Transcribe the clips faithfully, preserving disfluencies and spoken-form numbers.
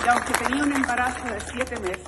y aunque tenía un embarazo de siete meses.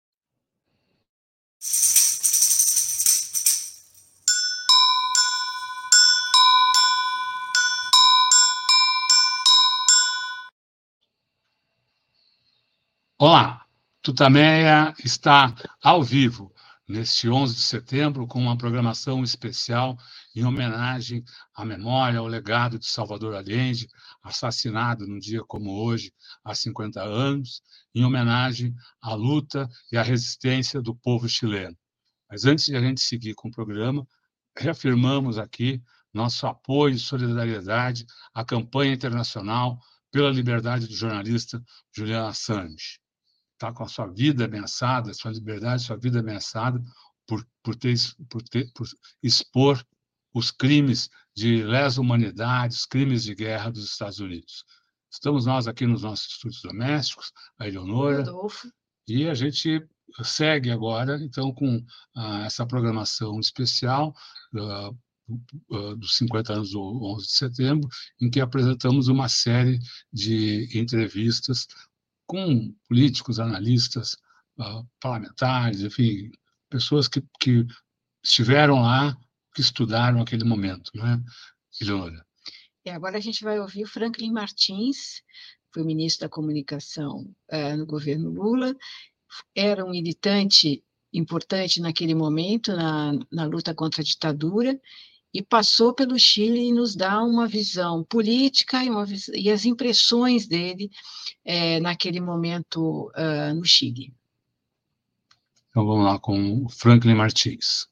Olá, Tutameia está ao vivo neste onze de setembro com uma programação especial em homenagem à memória, ao legado de Salvador Allende, assassinado num dia como hoje, há cinquenta anos, em homenagem à luta e à resistência do povo chileno. Mas antes de a gente seguir com o programa, reafirmamos aqui nosso apoio e solidariedade à campanha internacional pela liberdade do jornalista Julian Assange. Está com a sua vida ameaçada, sua liberdade, sua vida ameaçada por, por, ter, por, ter, por expor os crimes de lesa humanidade, os crimes de guerra dos Estados Unidos. Estamos nós aqui nos nossos estúdios domésticos, a Eleonora, Rodolfo. E a gente segue agora, então, com ah, essa programação especial ah, ah, dos cinquenta anos do onze de setembro, em que apresentamos uma série de entrevistas com políticos, analistas, uh, parlamentares, enfim, pessoas que, que estiveram lá, que estudaram aquele momento, não é, Eleonora? E agora a gente vai ouvir o Franklin Martins, foi ministro da Comunicação uh, no governo Lula, era um militante importante naquele momento, na, na luta contra a ditadura, e passou pelo Chile e nos dá uma visão política e, uma, e as impressões dele é, naquele momento uh, no Chile. Então vamos lá com o Franklin Martins.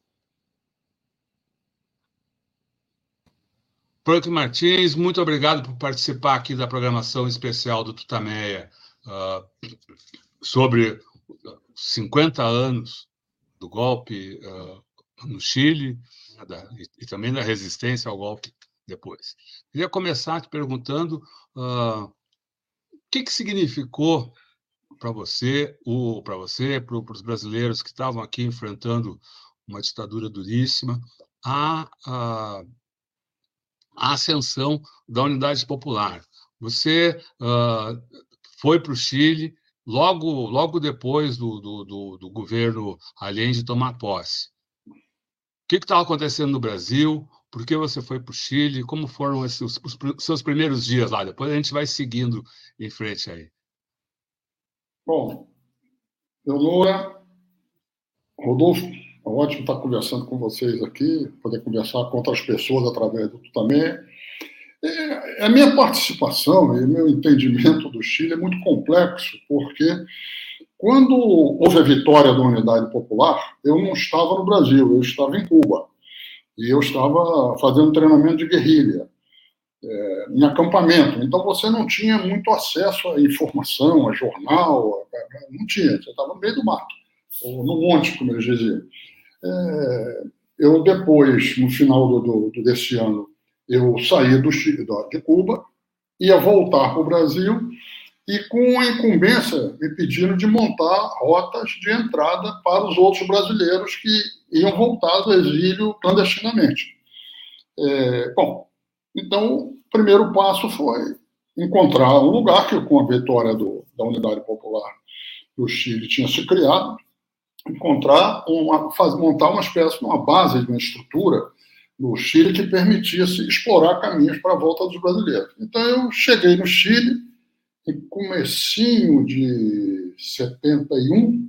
Franklin Martins, muito obrigado por participar aqui da programação especial do Tutameia uh, sobre cinquenta anos do golpe uh, no Chile, Da, e, e também da resistência ao golpe depois. Queria começar te perguntando uh, o que, que significou para você, para você, para os brasileiros que estavam aqui enfrentando uma ditadura duríssima, a, a, a ascensão da Unidade Popular. Você uh, foi para o Chile logo, logo depois do, do, do, do governo Allende tomar posse. O que estava acontecendo no Brasil? Por que você foi para o Chile? Como foram esses, os, os seus primeiros dias lá? Depois a gente vai seguindo em frente aí. Bom, Eleonora, Rodolfo, é ótimo estar conversando com vocês aqui, poder conversar com outras pessoas através do também. A minha participação e meu entendimento do Chile é muito complexo, porque quando houve a vitória da Unidade Popular, eu não estava no Brasil, eu estava em Cuba. E eu estava fazendo treinamento de guerrilha, é, em acampamento. Então, você não tinha muito acesso à informação, a jornal, não tinha. Você estava no meio do mato, ou no monte, como eles diziam. É, eu, depois, no final do, do, desse ano, eu saí do Chile, de Cuba, ia voltar para o Brasil, e com a incumbência me pediram de montar rotas de entrada para os outros brasileiros que iam voltar do exílio clandestinamente. É, bom, então, o primeiro passo foi encontrar um lugar que, com a vitória do, da Unidade Popular do Chile, tinha se criado, encontrar uma, faz, montar uma espécie de uma base, de uma estrutura no Chile que permitisse explorar caminhos para a volta dos brasileiros. Então, eu cheguei no Chile, em comecinho de setenta e um,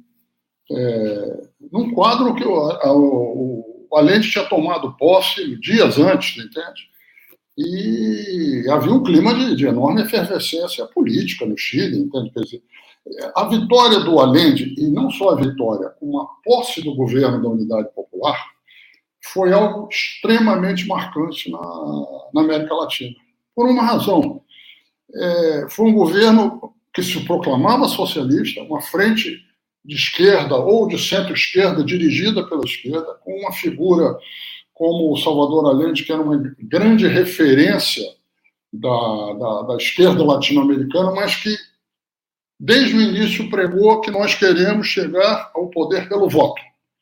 é, num quadro que o, a, o, o Allende tinha tomado posse dias antes, entende? E havia um clima de, de enorme efervescência política no Chile, entende? Quer dizer, a vitória do Allende, e não só a vitória, como a posse do governo da Unidade Popular, foi algo extremamente marcante na, na América Latina. Por uma razão. É, foi um governo que se proclamava socialista, uma frente de esquerda ou de centro-esquerda dirigida pela esquerda, com uma figura como o Salvador Allende, que era uma grande referência da, da, da esquerda latino-americana, mas que, desde o início, pregou que nós queremos chegar ao poder pelo voto.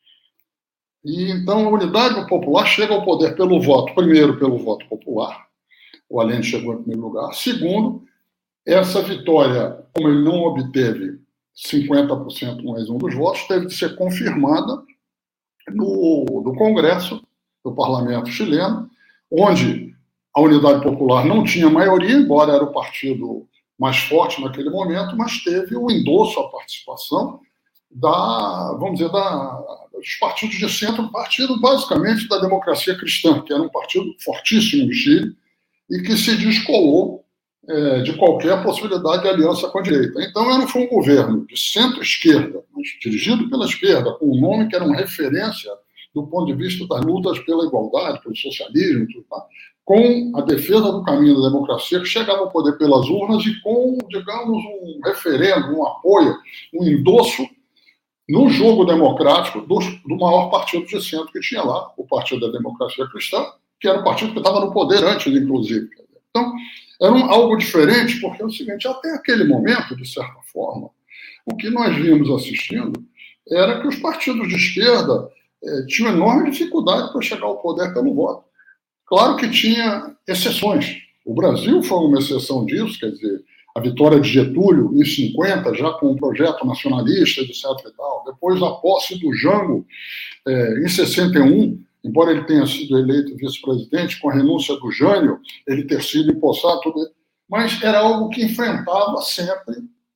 E, então, a Unidade Popular chega ao poder pelo voto, primeiro pelo voto popular, o Allende chegou em primeiro lugar. Segundo, Essa vitória, como ele não obteve cinquenta por cento mais um dos votos, teve de ser confirmada no, no Congresso do Parlamento chileno, onde a Unidade Popular não tinha maioria, embora era o partido mais forte naquele momento, mas teve o endosso, a participação da, vamos dizer, da, dos partidos de centro, partido basicamente da Democracia Cristã, que era um partido fortíssimo no Chile e que se descolou é, de qualquer possibilidade de aliança com a direita. Então, era, foi um governo de centro-esquerda, mas dirigido pela esquerda, com um nome que era uma referência do ponto de vista das lutas pela igualdade, pelo socialismo, tudo, tá? Com a defesa do caminho da democracia, que chegava ao poder pelas urnas e com, digamos, um referendo, um apoio, um endosso no jogo democrático do, do maior partido de centro que tinha lá, o Partido da Democracia Cristã, que era o partido que estava no poder antes, inclusive. Então, era um, algo diferente, porque é o seguinte, até aquele momento, de certa forma, o que nós vínhamos assistindo era que os partidos de esquerda eh, tinham enorme dificuldade para chegar ao poder pelo voto. Claro que tinha exceções. O Brasil foi uma exceção disso, quer dizer, a vitória de Getúlio em cinquenta, já com um projeto nacionalista, etcétera e tal. Depois a posse do Jango eh, em sessenta e um, embora ele tenha sido eleito vice-presidente, com a renúncia do Jânio, ele ter sido empossado, tudo, mas era algo que enfrentava sempre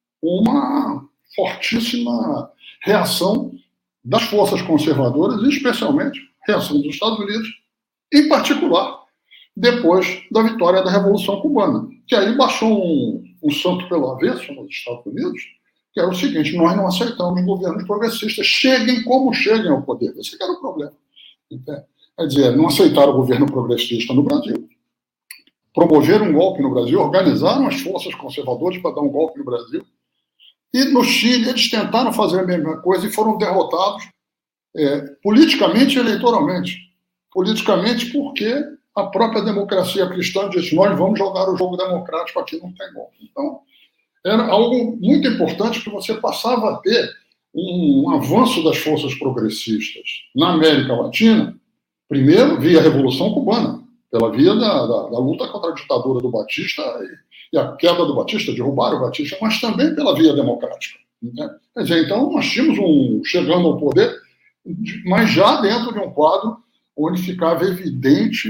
uma fortíssima reação das forças conservadoras, e especialmente reação dos Estados Unidos, em particular, depois da vitória da Revolução Cubana, que aí baixou um, um santo pelo avesso nos Estados Unidos, que era o seguinte: nós não aceitamos governos progressistas, cheguem como cheguem ao poder. Esse era o problema. Entende? Quer dizer, não aceitaram o governo progressista no Brasil, promoveram um golpe no Brasil, organizaram as forças conservadoras para dar um golpe no Brasil, e no Chile eles tentaram fazer a mesma coisa e foram derrotados é, politicamente e eleitoralmente. Politicamente porque a própria democracia cristã disse: nós vamos jogar o jogo democrático, aqui não tem golpe. Então, era algo muito importante, que você passava a ter um, um avanço das forças progressistas na América Latina, primeiro via a Revolução Cubana, pela via da, da, da luta contra a ditadura do Batista e, e a queda do Batista, derrubar o Batista, mas também pela via democrática. Né? Quer dizer, então nós tínhamos um chegando ao poder, mas já dentro de um quadro onde ficava evidente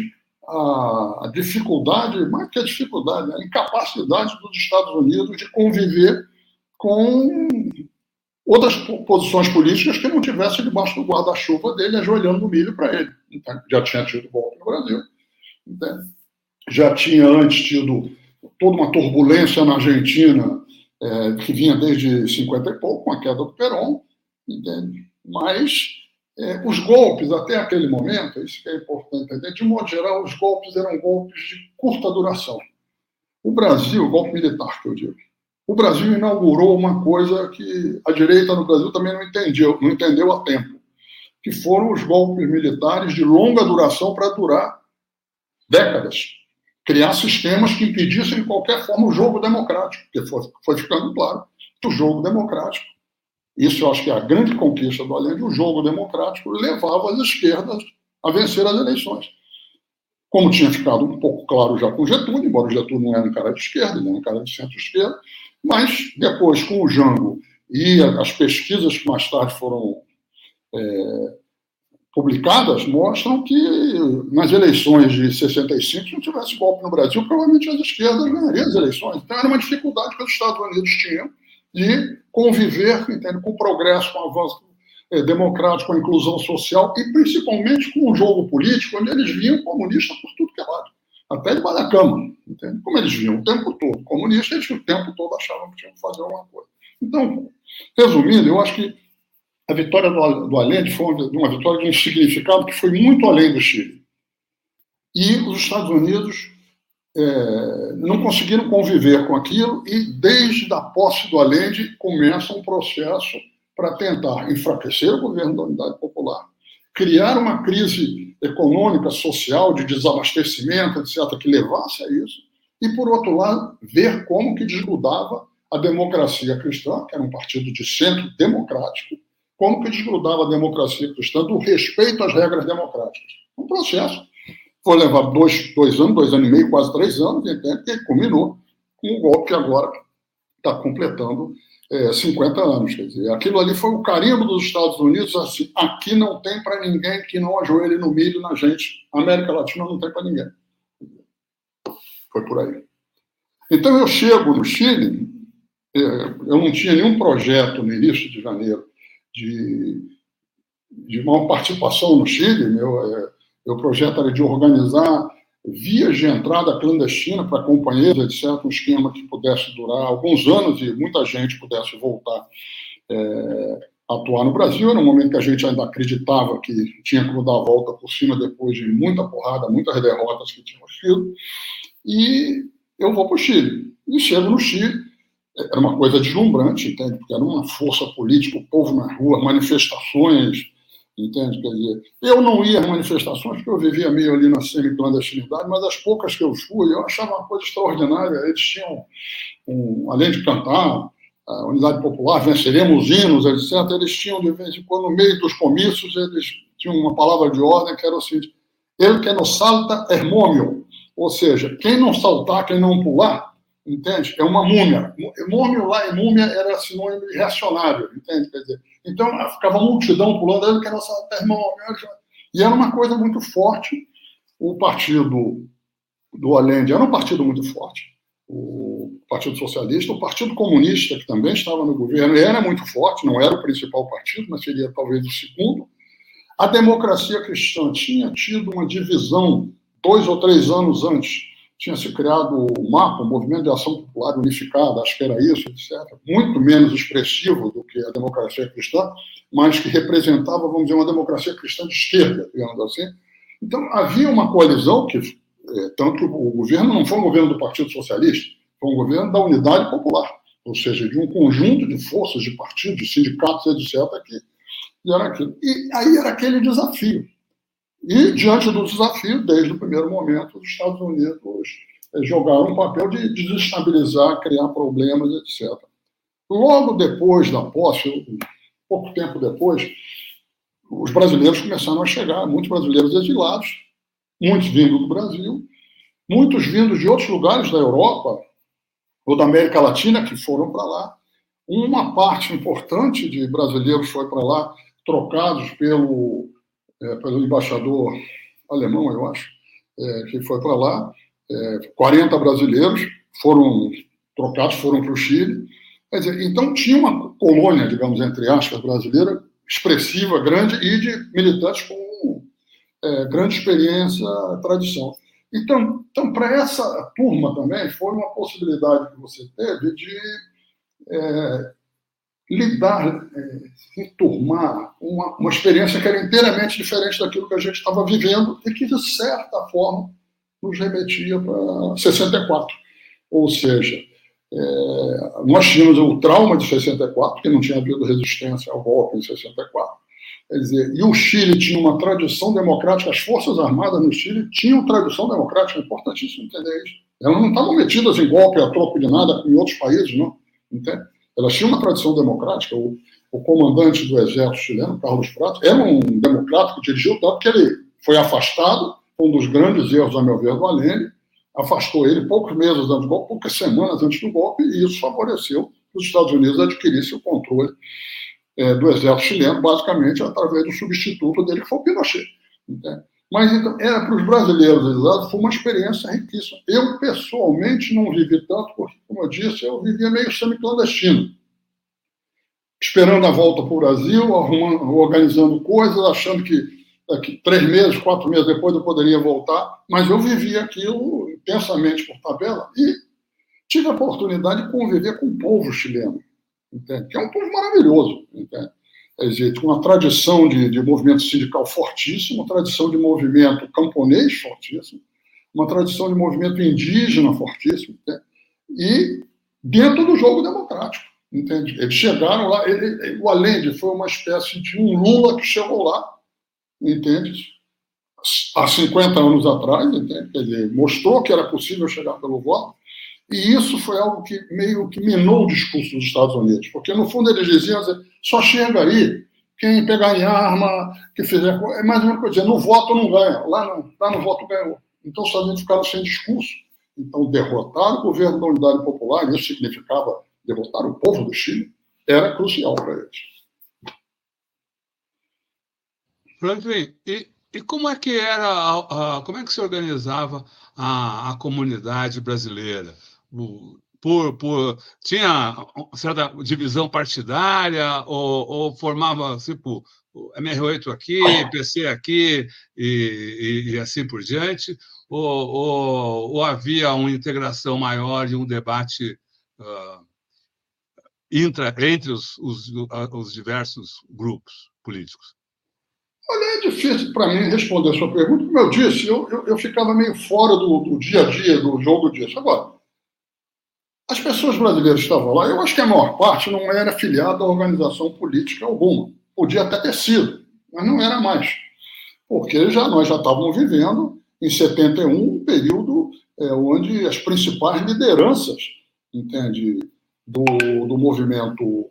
a, a dificuldade, mais que a dificuldade, a incapacidade dos Estados Unidos de conviver com outras posições políticas que não tivessem debaixo do guarda-chuva dele, ajoelhando no milho para ele. Então, já tinha tido golpe no Brasil. Entende? Já tinha antes tido toda uma turbulência na Argentina, é, que vinha desde cinquenta e pouco, com a queda do Perón, entende? Mas é, os golpes, até aquele momento, isso que é importante entender, de modo geral, os golpes eram golpes de curta duração. O Brasil, golpe militar, que eu digo, o Brasil inaugurou uma coisa que a direita no Brasil também não entendeu, não entendeu a tempo, que foram os golpes militares de longa duração para durar décadas. Criar sistemas que impedissem, de qualquer forma, o jogo democrático, porque foi, foi ficando claro que o jogo democrático, isso eu acho que é a grande conquista do Allende, o jogo democrático levava as esquerdas a vencer as eleições. Como tinha ficado um pouco claro já com Getúlio, embora o Getúlio não era um cara de esquerda, ele era um cara de centro-esquerda, mas depois, com o Jango e as pesquisas que mais tarde foram é, publicadas, mostram que nas eleições de sessenta e cinco, se não tivesse golpe no Brasil, provavelmente as esquerdas ganhariam as eleições. Então era uma dificuldade que os Estados Unidos tinham de conviver, entende, com o progresso, com o avanço é, democrático, com a inclusão social e principalmente com o jogo político, onde eles viam comunista por tudo que é lado. Até debaixo da cama, entende? Como eles viam o tempo todo comunista, eles o tempo todo achavam que tinham que fazer alguma coisa. Então, resumindo, eu acho que a vitória do, do Allende foi uma, uma vitória de um significado que foi muito além do Chile. E os Estados Unidos é, não conseguiram conviver com aquilo e, desde a posse do Allende, começa um processo para tentar enfraquecer o governo da Unidade Popular, criar uma crise econômica, social, de desabastecimento, etcétera, que levasse a isso, e, por outro lado, ver como que desgrudava a democracia cristã, que era um partido de centro democrático, como que desgrudava a democracia cristã do respeito às regras democráticas. Um processo. Foi levar dois, dois anos, dois anos e meio, quase três anos, entende? Que culminou com o golpe que agora está completando é, cinquenta anos. Quer dizer, aquilo ali foi o carimbo dos Estados Unidos, assim, aqui não tem para ninguém que não ajoelhe no milho na gente. A América Latina não tem para ninguém. Foi por aí. Então, eu chego no Chile, eu não tinha nenhum projeto no início de janeiro de, de uma participação no Chile. Meu, meu projeto era de organizar vias de entrada clandestina para companheiros, etcétera, um esquema que pudesse durar alguns anos e muita gente pudesse voltar é, a atuar no Brasil. Era um momento que a gente ainda acreditava que tinha como dar a volta por cima depois de muita porrada, muitas derrotas que tinham sido. E eu vou para o Chile. E chego no Chile, era uma coisa deslumbrante, entende? Porque era uma força política, o povo na rua, manifestações, entende? Quer dizer, eu não ia às manifestações, porque eu vivia meio ali na semi-clandestinidade, mas as poucas que eu fui, eu achava uma coisa extraordinária. Eles tinham, um, além de cantar, a Unidade Popular, venceremos hinos, etcétera, eles tinham, de vez em quando, no meio dos comícios, eles tinham uma palavra de ordem que era o seguinte: ele que não salta é mômio. Ou seja, quem não saltar, quem não pular, entende? É uma múmia. Mômio lá e múmia era sinônimo de reacionário, entende? Quer dizer, então, ficava uma multidão pulando, ele que não salta é mômio. E era uma coisa muito forte. O partido do Allende era um partido muito forte. O Partido Socialista, o Partido Comunista, que também estava no governo, era muito forte, não era o principal partido, mas seria talvez o segundo. A Democracia Cristã tinha tido uma divisão dois ou três anos antes. Tinha se criado o MAPA, o Movimento de Ação Popular Unificada, acho que era isso, etcétera. Muito menos expressivo do que a Democracia Cristã, mas que representava, vamos dizer, uma democracia cristã de esquerda, digamos assim. Então, havia uma coalizão que, tanto que o governo não foi um governo do Partido Socialista, foi um governo da Unidade Popular, ou seja, de um conjunto de forças, de partidos, de sindicatos, etcétera, que era aquilo. E aí era aquele desafio. E, diante do desafio, desde o primeiro momento, os Estados Unidos jogaram um papel de desestabilizar, criar problemas, etcétera. Logo depois da posse, pouco tempo depois, os brasileiros começaram a chegar, muitos brasileiros exilados, muitos vindo do Brasil, muitos vindos de outros lugares da Europa ou da América Latina que foram para lá. Uma parte importante de brasileiros foi para lá, trocados pelo, é, pelo embaixador alemão, eu acho, é, que foi para lá. É, quarenta brasileiros foram trocados, foram para o Chile. Quer dizer, então tinha uma colônia, digamos, entre aspas, brasileira, expressiva, grande, e de militantes com é, grande experiência, tradição. Então, então para essa turma também, foi uma possibilidade que você teve de é, lidar, é, enturmar uma, uma experiência que era inteiramente diferente daquilo que a gente estava vivendo e que, de certa forma, nos remetia para sessenta e quatro. Ou seja, é, nós tínhamos o trauma de sessenta e quatro, que não tinha havido resistência ao golpe em sessenta e quatro. Quer dizer, e o Chile tinha uma tradição democrática, as Forças Armadas no Chile tinham tradição democrática, é importantíssimo entender isso. Elas não estavam metidas em golpe a troco de nada como em outros países, não. Entende? Elas tinham uma tradição democrática. O, o comandante do exército chileno, Carlos Prato, era um democrático, dirigiu tanto que ele foi afastado, um dos grandes erros, a meu ver, do Allende, afastou ele poucos meses antes do golpe, poucas semanas antes do golpe, e isso favoreceu que os Estados Unidos adquirissem o controle é, do exército chileno, basicamente através do substituto dele, que foi o Pinochet. Entende? Mas, então, era para os brasileiros exilados, foi uma experiência riquíssima. Eu, pessoalmente, não vivi tanto, porque, como eu disse, eu vivia meio semi-clandestino, esperando a volta para o Brasil, arrumando, organizando coisas, achando que daqui três meses, quatro meses depois eu poderia voltar, mas eu vivia aquilo intensamente por tabela e tive a oportunidade de conviver com o povo chileno, entende? Que é um povo maravilhoso, entende? Quer dizer, com uma tradição de, de movimento sindical fortíssima, uma tradição de movimento camponês fortíssimo, uma tradição de movimento indígena fortíssimo, entende? E dentro do jogo democrático, entende? Eles chegaram lá, ele, o Allende foi uma espécie de um Lula que chegou lá, entende? Há cinquenta anos atrás, entende? Quer dizer, mostrou que era possível chegar pelo voto, e isso foi algo que meio que minou o discurso dos Estados Unidos, porque no fundo eles diziam assim, só chega aí quem pegar em arma, que fizer... É mais ou menos coisa, no voto não ganha, lá, não, lá no voto ganhou. Então os Estados Unidos ficaram sem discurso, Então, derrotar o governo da Unidade Popular, isso significava derrotar o povo do Chile, era crucial para eles. Franklin, e, e como é que era, a, a, como é que se organizava a, a comunidade brasileira? O, por, por, tinha certa divisão partidária ou, ou formava, tipo, M R oito aqui, P C aqui e, e, e assim por diante? Ou, ou, ou havia uma integração maior e um debate uh, intra, entre os, os, os diversos grupos políticos? Olha, é difícil para mim responder a sua pergunta. Como eu disse, eu, eu, eu ficava meio fora do, do dia a dia, do jogo disso. Agora, as pessoas brasileiras que estavam lá, eu acho que a maior parte não era filiada a organização política alguma. Podia até ter sido, mas não era mais. Porque já, nós já estávamos vivendo, em setenta e um, um período é, onde as principais lideranças, entende, do, do movimento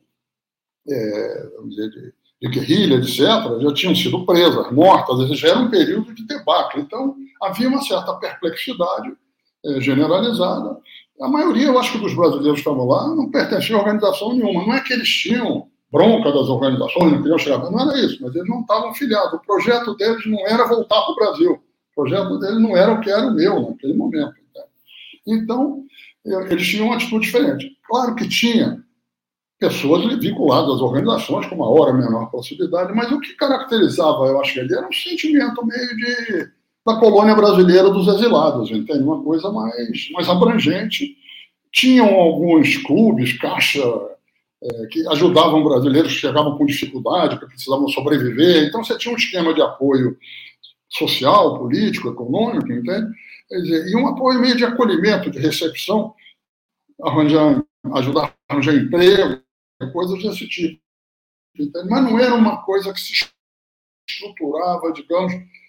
é, vamos dizer, de, de guerrilha, etcétera, já tinham sido presas, mortas, já era um período de debacle. Então, havia uma certa perplexidade é, generalizada. A maioria, eu acho que dos brasileiros que estavam lá, não pertenciam a organização nenhuma. Não é que eles tinham bronca das organizações, não queriam chegar, não era isso, mas eles não estavam filiados. O projeto deles não era voltar para o Brasil. O projeto deles não era o que era o meu naquele momento. Então, eles tinham uma atitude diferente. Claro que tinha pessoas vinculadas às organizações com maior ou menor possibilidade, mas o que caracterizava, eu acho que ali, era um sentimento meio de, da colônia brasileira dos exilados, entende? Uma coisa mais, mais abrangente. Tinham alguns clubes, caixa, é, que ajudavam brasileiros que chegavam com dificuldade, que precisavam sobreviver. Então, você tinha um esquema de apoio social, político, econômico, entende? Quer dizer, e um apoio meio de acolhimento, de recepção, arranjar, ajudar a arranjar emprego, coisas desse tipo. Entende? Mas não era uma coisa que se estruturava, digamos,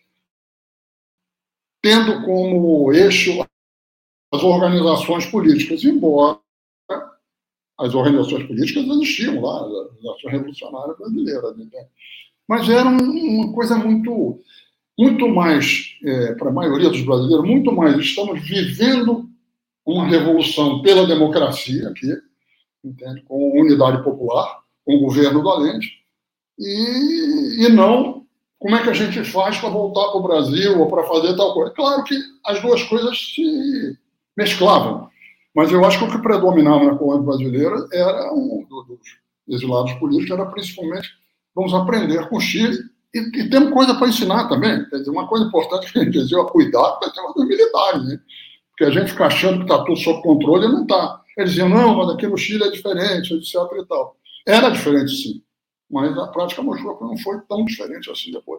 tendo como eixo as organizações políticas, embora as organizações políticas existiam lá, as organizações revolucionárias brasileiras. Entende? Mas era uma coisa muito, muito mais, é, para a maioria dos brasileiros, muito mais, estamos vivendo uma revolução pela democracia aqui, entende? Com unidade popular, com o governo do Allende, e, e não como é que a gente faz para voltar para o Brasil ou para fazer tal coisa. Claro que as duas coisas se mesclavam, mas eu acho que o que predominava na colônia brasileira era um dos exilados políticos, era principalmente vamos aprender com o Chile e, e temos coisa para ensinar também. Quer dizer, uma coisa importante que a gente dizia, cuidado com o dos militares, né? Porque a gente fica achando que está tudo sob controle e não está. Eles diziam, não, mas aqui no Chile é diferente, etcétera e tal. Era diferente, sim, mas a prática mostrou que não foi tão diferente assim depois.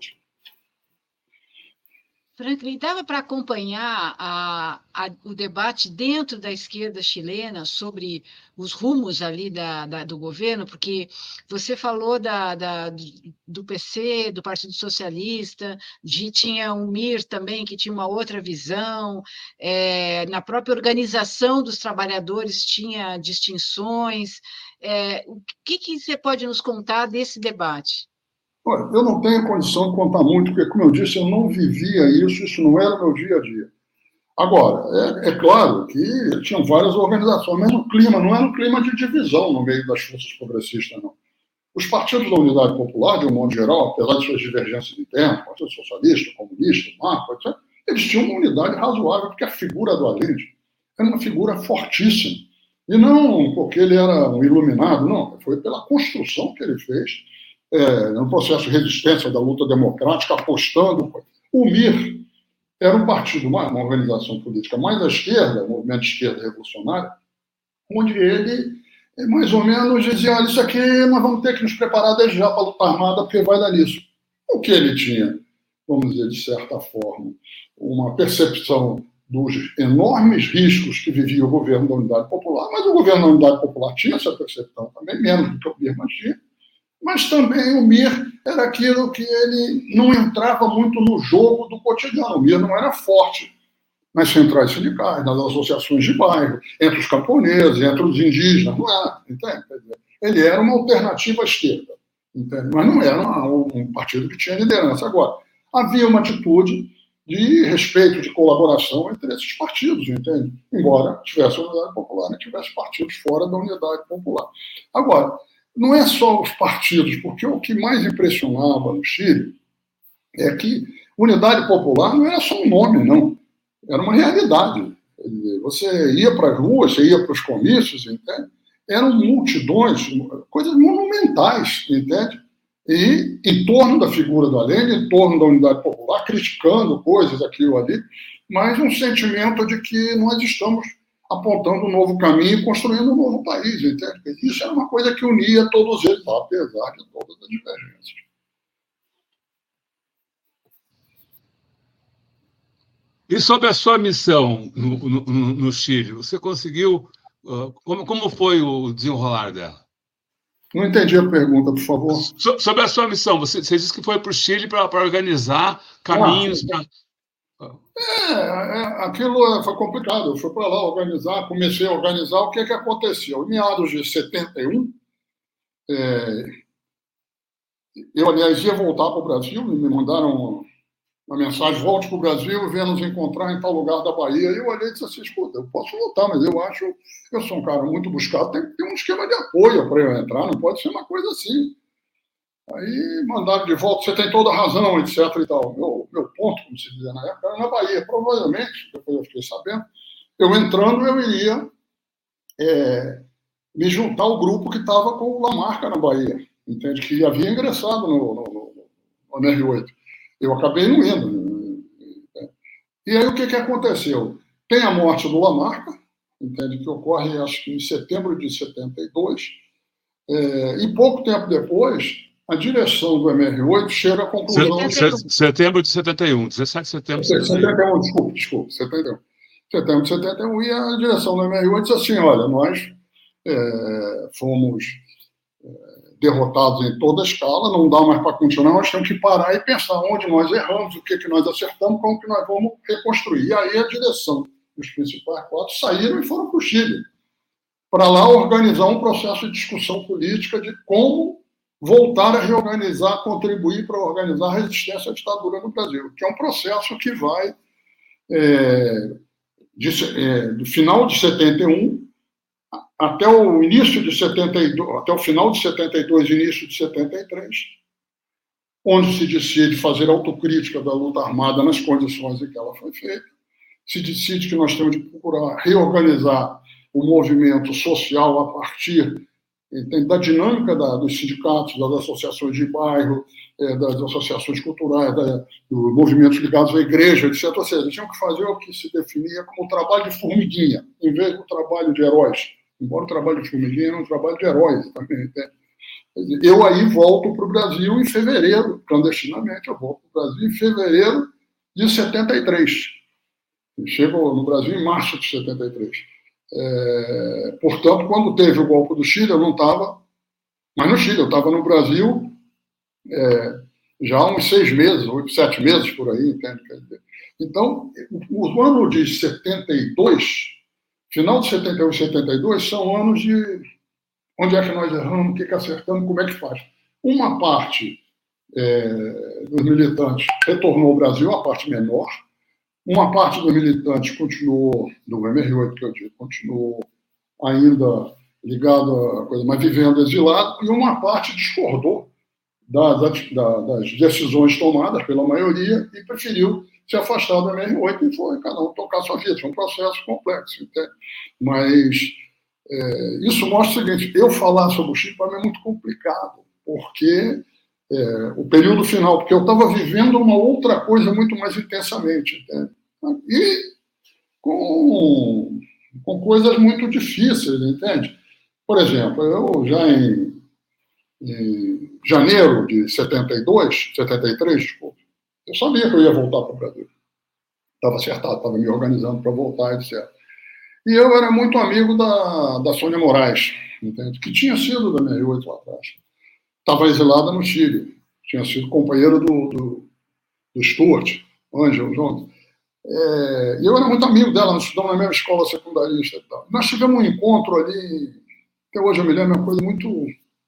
Franklin, dava para acompanhar a, a, o debate dentro da esquerda chilena sobre os rumos ali da, da, do governo, porque você falou da, da, do P C, do Partido Socialista, de, tinha o M I R também, que tinha uma outra visão, é, na própria organização dos trabalhadores tinha distinções. É, o que, que você pode nos contar desse debate? Olha, eu não tenho condição de contar muito, porque, como eu disse, eu não vivia isso, isso não era o meu dia a dia. Agora, é, é claro que tinham várias organizações, mas o clima não era um clima de divisão no meio das forças progressistas, não. Os partidos da Unidade Popular, de um modo geral, apesar de suas divergências internas, Partido Socialista, Comunista, Marco, etcétera, eles tinham uma unidade razoável, porque a figura do Allende era uma figura fortíssima. E não porque ele era um iluminado, não, foi pela construção que ele fez, É, no processo de resistência da luta democrática, apostando. O M I R era um partido, uma, uma organização política mais à esquerda, o movimento de esquerda revolucionário, onde ele, mais ou menos, dizia, olha, isso aqui nós vamos ter que nos preparar desde já para a luta armada, porque vai dar nisso. O que ele tinha, vamos dizer, de certa forma, uma percepção dos enormes riscos que vivia o governo da Unidade Popular, mas o governo da Unidade Popular tinha essa percepção também, menos do que o M I R, mas tinha. Mas também o M I R era aquilo que ele não entrava muito no jogo do cotidiano. O M I R não era forte nas centrais sindicais, nas associações de bairro, entre os camponeses, entre os indígenas, não era, entende? Ele era uma alternativa à esquerda, entende? Mas não era um partido que tinha liderança. Agora, havia uma atitude de respeito, de colaboração entre esses partidos, entende? Embora tivesse a unidade popular e tivesse partidos fora da unidade popular. Agora, não é só os partidos, porque o que mais impressionava no Chile é que unidade popular não era só um nome, não. Era uma realidade. Você ia para as ruas, você ia para os comícios, entende? Eram multidões, coisas monumentais, entende? E em torno da figura do Allende, em torno da unidade popular, criticando coisas aqui ou ali, mas um sentimento de que nós estamos apontando um novo caminho e construindo um novo país, entende? Isso era uma coisa que unia todos eles, apesar de todas as divergências. E sobre a sua missão no, no, no Chile, você conseguiu... Uh, como, como foi o desenrolar dela? Não entendi a pergunta, por favor. So, sobre a sua missão, você, você disse que foi para o Chile para organizar caminhos... Ah, pra... é, é, aquilo foi complicado. Eu fui para lá organizar, comecei a organizar. O que, que aconteceu? Em meados de setenta e um, é, eu, aliás, ia voltar para o Brasil, me mandaram uma mensagem, volte para o Brasil e venha nos encontrar em tal lugar da Bahia. E eu olhei e disse assim, escuta, eu posso voltar, mas eu acho, eu sou um cara muito buscado, tem que ter um esquema de apoio para eu entrar, não pode ser uma coisa assim. Aí mandaram de volta, você tem toda a razão, etc e tal. Meu, meu ponto, como se dizia na época, era na Bahia. Provavelmente, depois eu fiquei sabendo, eu entrando, eu iria é, me juntar ao grupo que estava com o Lamarca na Bahia, entende? Que havia ingressado no, no, no, no M R oito. Eu acabei não indo. E aí o que, que aconteceu? Tem a morte do Lamarca, entende? Que ocorre, acho que em setembro de setenta e dois, é, e pouco tempo depois, a direção do M R oito chega à conclusão... Setembro de setenta e um, dezessete de setembro de setenta e um. setenta e um, desculpa, desculpa, setenta e um. Setembro de setenta e um, e a direção do M R oito disse assim, olha, nós é, fomos... derrotados em toda a escala, não dá mais para continuar, nós temos que parar e pensar onde nós erramos, o que, que nós acertamos, como que nós vamos reconstruir. E aí a direção, os principais quatro, saíram e foram para o Chile, para lá organizar um processo de discussão política de como voltar a reorganizar, contribuir para organizar a resistência à ditadura no Brasil, que é um processo que vai é, de, é, do final de setenta e um até o início de setenta e dois, até o final de setenta e dois, início de setenta e três, onde se decide fazer autocrítica da luta armada nas condições em que ela foi feita, se decide que nós temos de procurar reorganizar o movimento social a partir da dinâmica da, dos sindicatos, das associações de bairro, das associações culturais, da, dos movimentos ligados à igreja, etcétera. Ou seja, tinham que fazer o que se definia como trabalho de formiguinha, em vez do trabalho de heróis. Embora o trabalho de formiguinha era um trabalho de heróis também. Né? Eu aí volto para o Brasil em fevereiro, clandestinamente, eu volto para o Brasil em fevereiro de setenta e três. Chego no Brasil em março de setenta e três. É, portanto, quando teve o golpe do Chile, eu não estava mais no Chile, eu estava no Brasil é, já há uns seis meses, oito, sete meses por aí, entende? Então, o, o ano de setenta e dois, final de setenta e um e setenta e dois, são anos de onde é que nós erramos, o que, que acertamos, como é que faz. Uma parte é, dos militantes retornou ao Brasil, a parte menor. Uma parte dos militantes continuou, do M R oito, que eu digo, continuou ainda ligado a coisa, mas vivendo exilado, e uma parte discordou das, das decisões tomadas pela maioria e preferiu se afastar do M R oito e foi cada um tocar sua vida. Foi um processo complexo. Entende? Mas é, isso mostra o seguinte, eu falar sobre o Chile para mim é muito complicado, porque é, o período final, porque eu estava vivendo uma outra coisa muito mais intensamente, entende? E com, com coisas muito difíceis, entende? Por exemplo, eu já em, em janeiro de setenta e dois, setenta e três, desculpa, eu sabia que eu ia voltar para o Brasil. Estava acertado, estava me organizando para voltar, etcétera. E eu era muito amigo da, da Sônia Moraes, entende? Que tinha sido da M R oito lá atrás. Estava exilada no Chile, tinha sido companheira do, do, do Stuart, Ângelo, junto. É, e eu era muito amigo dela, nós estudamos na mesma escola secundarista e tal. Nós tivemos um encontro ali, até hoje eu me lembro, é uma coisa muito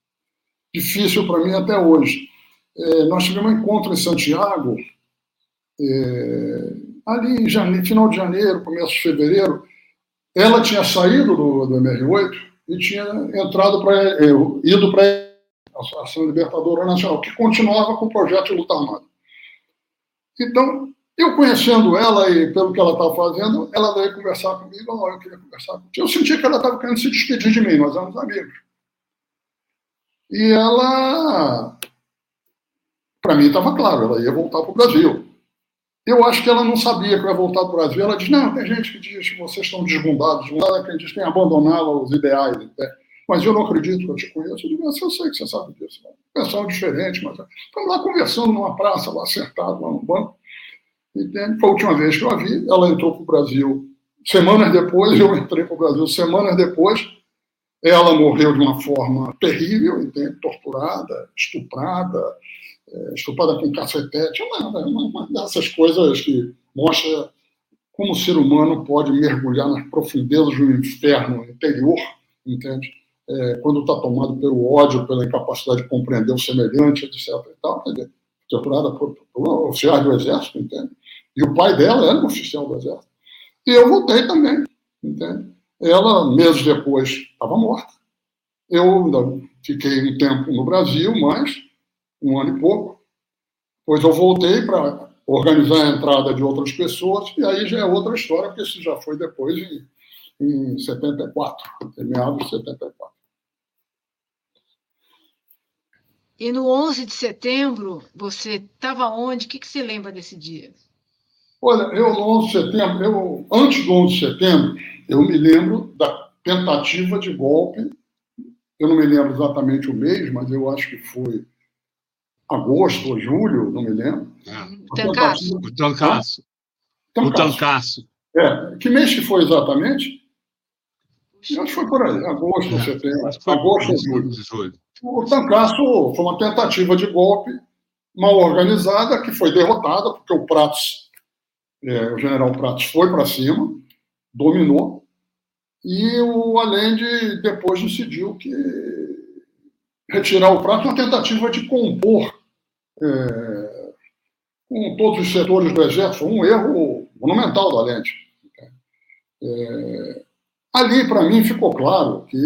difícil para mim até hoje. É, nós tivemos um encontro em Santiago, É, ali em janeiro, final de janeiro, começo de fevereiro, ela tinha saído do, do M R oito e tinha entrado para é, ido para a Ação Libertadora Nacional, que continuava com o projeto de luta armada. Então, eu conhecendo ela e pelo que ela estava fazendo, ela veio conversar comigo. Oh, eu queria conversar contigo. Eu senti que ela estava querendo se despedir de mim, nós éramos amigos. E ela, para mim, estava claro, ela ia voltar para o Brasil. Eu acho que ela não sabia que eu ia voltar para o Brasil. Ela diz, não, tem gente que diz que vocês estão desbundados, desbundados, que a gente tem abandonado os ideais. Né? Mas eu não acredito que eu te conheço. Eu digo, eu sei que você sabe disso. É um pessoal diferente, mas estamos lá conversando numa praça, lá sentado, lá no banco. Entende? Foi a última vez que eu a vi. Ela entrou para o Brasil semanas depois, eu entrei para o Brasil semanas depois. Ela morreu de uma forma terrível, entende? Torturada, estuprada, estuprada com cacetete, uma, uma, uma dessas coisas que mostra como o ser humano pode mergulhar nas profundezas do inferno interior, entende? É, quando está tomado pelo ódio, pela incapacidade de compreender o semelhante, etcétera. E tal, entende? Torturada por, por oficiais do Exército, entende? E o pai dela era um oficial do Exército. E eu voltei também, entende? Ela, meses depois, estava morta. Eu ainda fiquei um tempo no Brasil, mas um ano e pouco. Depois eu voltei para organizar a entrada de outras pessoas, e aí já é outra história, porque isso já foi depois em, em setenta e quatro, em meados de setenta e quatro. E no onze de setembro, você estava onde? O que, que você lembra desse dia? Olha, eu no onze de setembro, eu, antes do onze de setembro, eu me lembro da tentativa de golpe. Eu não me lembro exatamente o mês, mas eu acho que foi agosto ou julho, não me lembro. É. O Tancaço. O Tancaço. O Tancaço. É. Que mês que foi exatamente? Eu acho que foi por aí, agosto, é. setembro. Agosto ou julho. julho. O Tancaço foi uma tentativa de golpe mal organizada que foi derrotada, porque o Prates, é, o general Prates foi para cima, dominou, e o Allende depois decidiu que retirar o Prates, uma tentativa de compor é, com todos os setores do Exército, um erro monumental do Allende. É, ali, para mim, ficou claro que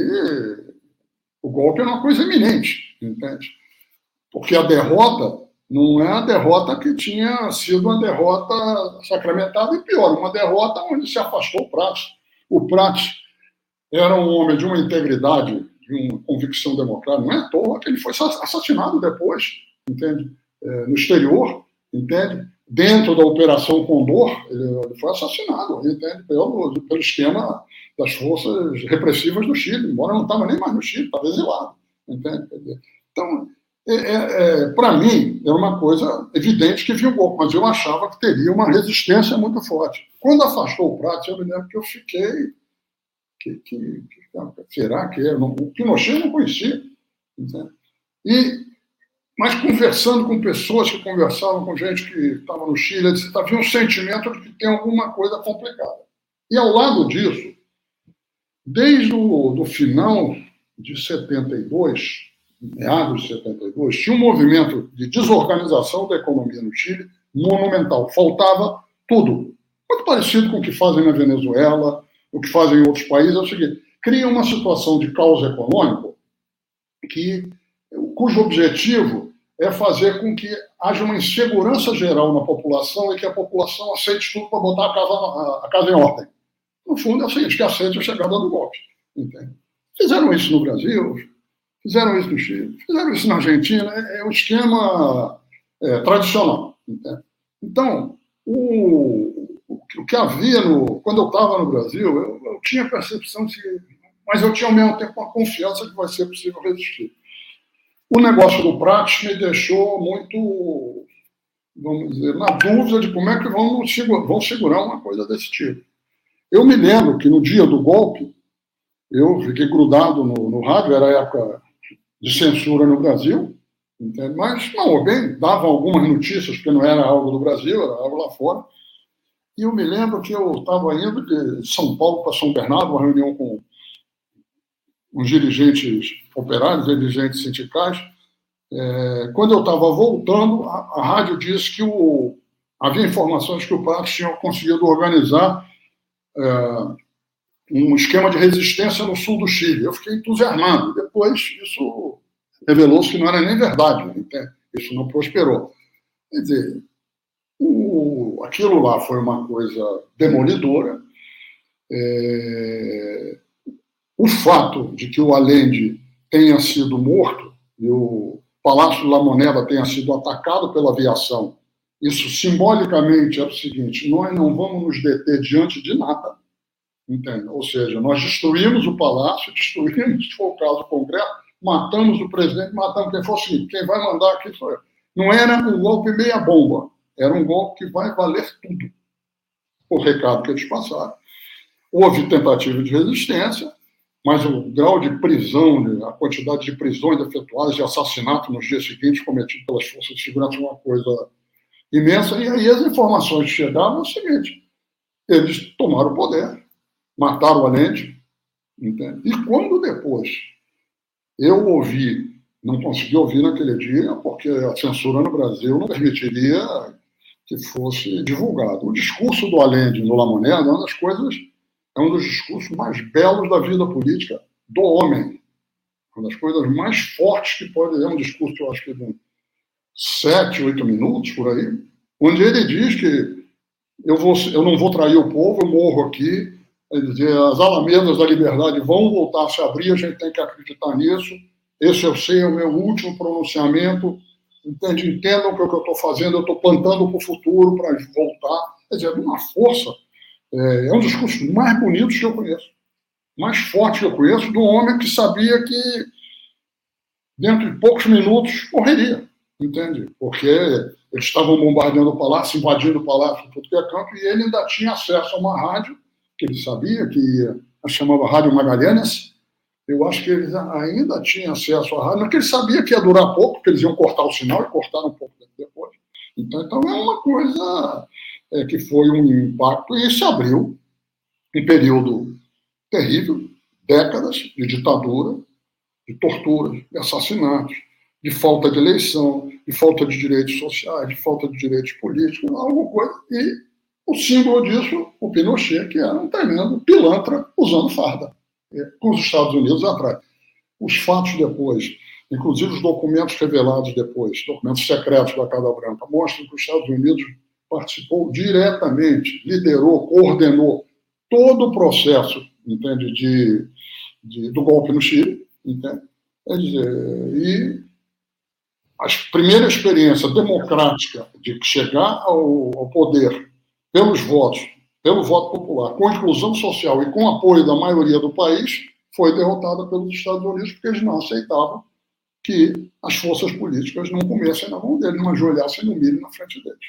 o golpe é uma coisa iminente, entende? Porque a derrota não é a derrota que tinha sido uma derrota sacramentada, e pior, uma derrota onde se afastou o Prates. O Prates era um homem de uma integridade, de uma convicção democrática, não é à toa que ele foi assassinado depois, entende? É, no exterior, entende? Dentro da Operação Condor, ele foi assassinado, entende? Pelo, pelo esquema das forças repressivas do Chile, embora não estava nem mais no Chile, estava exilado, entende? Então, é, é, para mim, era uma coisa evidente que vinha o golpe, mas eu achava que teria uma resistência muito forte. Quando afastou o Prates, eu me lembro que eu fiquei... Que, que, que, será que é? O Pinochet eu não conhecia. Entende? E, mas conversando com pessoas que conversavam com gente que estava no Chile, havia um sentimento de que tem alguma coisa complicada. E ao lado disso, desde o do final de setenta e dois, meados de setenta e dois, tinha um movimento de desorganização da economia no Chile monumental. Faltava tudo. Muito parecido com o que fazem na Venezuela, o que fazem em outros países. É o seguinte: cria uma situação de caos econômico que, cujo objetivo é fazer com que haja uma insegurança geral na população e que a população aceite tudo para botar a casa, a, a casa em ordem. No fundo, é o seguinte, que aceite a chegada do golpe. Entende? Fizeram isso no Brasil, fizeram isso no Chile, fizeram isso na Argentina, é, é um esquema é, tradicional. Entende? Então, o, o que havia no... Quando eu estava no Brasil, eu, eu tinha a percepção de... Mas eu tinha ao mesmo tempo uma confiança que vai ser possível resistir. O negócio do Prates me deixou muito, vamos dizer, na dúvida de como é que vão segurar, vão segurar uma coisa desse tipo. Eu me lembro que no dia do golpe, eu fiquei grudado no, no rádio, era a época de censura no Brasil, entende? Mas, não, bem, davam algumas notícias, porque não era algo do Brasil, era algo lá fora. E eu me lembro que eu estava indo de São Paulo para São Bernardo, uma reunião com uns dirigentes operários, dirigentes sindicais. É, quando eu estava voltando, a, a rádio disse que o, havia informações que o Prates tinha conseguido organizar é, um esquema de resistência no sul do Chile. Eu fiquei entusiasmado. Depois, isso revelou-se que não era nem verdade. Entende? Isso não prosperou. Quer dizer, o, aquilo lá foi uma coisa demolidora. É, o fato de que o Allende tenha sido morto e o Palácio La Moneda tenha sido atacado pela aviação, isso simbolicamente é o seguinte: nós não vamos nos deter diante de nada, entende? Ou seja, nós destruímos o palácio, destruímos, se for o caso, o Congresso, matamos o presidente, matamos quem for. Assim, quem vai mandar aqui sou eu. Não era um golpe meia bomba, era um golpe que vai valer tudo. O recado que eles passaram. Houve tentativa de resistência, mas o grau de prisão, a quantidade de prisões efetuadas, de assassinato nos dias seguintes cometidos pelas forças de segurança, é uma coisa imensa. E aí as informações que chegavam é o seguinte: eles tomaram o poder, mataram o Allende, entende? E quando depois eu ouvi, não consegui ouvir naquele dia, porque a censura no Brasil não permitiria que fosse divulgado. O discurso do Allende no La Moneda é uma das coisas, é um dos discursos mais belos da vida política do homem. Uma das coisas mais fortes que pode ter. É um discurso, eu acho que de sete, oito minutos, por aí, onde ele diz que eu, vou, eu não vou trair o povo, eu morro aqui, dizer, as alamedas da liberdade vão voltar a se abrir, a gente tem que acreditar nisso. Esse eu sei, é o meu último pronunciamento. Entende? Entendam que o que eu estou fazendo, eu estou plantando para o futuro, para voltar. Quer dizer, é uma força. É, é um dos discursos mais bonitos que eu conheço, mais forte que eu conheço, de um homem que sabia que dentro de poucos minutos morreria, entende? Porque eles estavam bombardeando o palácio, invadindo o palácio, tudo que é canto, e ele ainda tinha acesso a uma rádio, que ele sabia, que a chamava Rádio Magalhães. Eu acho que eles ainda tinham acesso à rádio, mas que ele sabia que ia durar pouco, porque eles iam cortar o sinal, e cortaram um pouco depois. Então, então é uma coisa... É, que foi um impacto, e se abriu um período terrível, décadas de ditadura, de torturas, de assassinatos, de falta de eleição, de falta de direitos sociais, de falta de direitos políticos, alguma coisa. E o símbolo disso, o Pinochet, que era um tremendo pilantra usando farda, com os Estados Unidos atrás. Os fatos depois, inclusive os documentos revelados depois, documentos secretos da Casa Branca, mostram que os Estados Unidos participou diretamente, liderou, coordenou todo o processo, entende, de, de, do golpe no Chile, entende? Quer dizer, e a primeira experiência democrática de chegar ao, ao poder pelos votos, pelo voto popular, com inclusão social e com apoio da maioria do país, foi derrotada pelos Estados Unidos, porque eles não aceitavam que as forças políticas não comessem na mão deles, não ajoelhassem no milho na frente deles.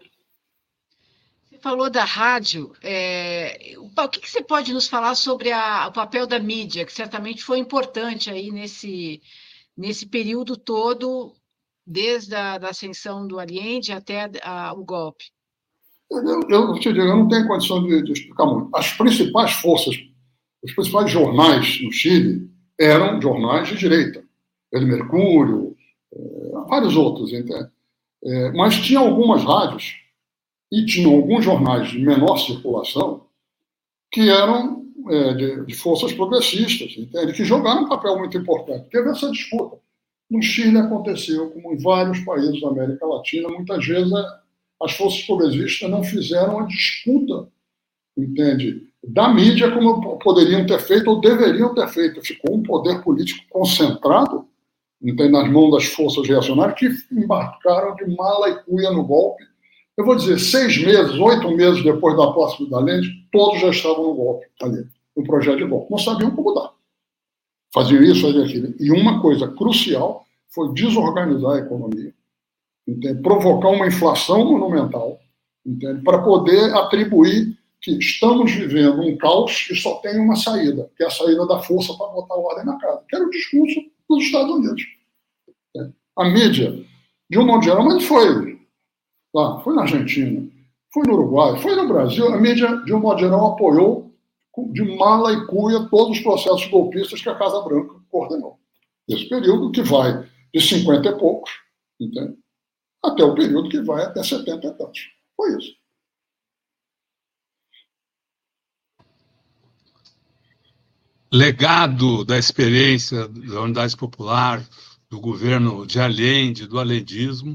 Falou da rádio, é, o que, que você pode nos falar sobre a, o papel da mídia, que certamente foi importante aí nesse, nesse período todo, desde a da ascensão do Allende até a, a, o golpe? Eu, eu, te digo, eu não tenho condição de, de explicar muito. As principais forças, os principais jornais no Chile eram jornais de direita. El Mercúrio, é, vários outros, entende? É, mas tinha algumas rádios e tinham alguns jornais de menor circulação que eram é, de, de forças progressistas, entende? Que jogaram um papel muito importante. Teve essa disputa. No Chile aconteceu, como em vários países da América Latina, muitas vezes as forças progressistas não fizeram a disputa, entende? Da mídia como poderiam ter feito ou deveriam ter feito. Ficou um poder político concentrado, entende? Nas mãos das forças reacionárias que embarcaram de mala e cuia no golpe. Eu vou dizer, seis meses, oito meses depois da posse do Allende, todos já estavam no golpe, ali, no projeto de golpe. Não sabiam como dar. Faziam isso, faziam aquilo. E uma coisa crucial foi desorganizar a economia, entende? Provocar uma inflação monumental, entende? Para poder atribuir que estamos vivendo um caos e só tem uma saída, que é a saída da força para botar ordem na casa, que era o discurso dos Estados Unidos. Entende? A mídia, de um modo geral, mas foi... Lá, foi na Argentina, foi no Uruguai, foi no Brasil, a mídia, de um modo geral, apoiou de mala e cuia todos os processos golpistas que a Casa Branca coordenou. Esse período que vai de cinquenta e poucos, entende? Até o período que vai até setenta e tantos. Foi isso. Legado da experiência da Unidade Popular, do governo de Allende, do alendismo?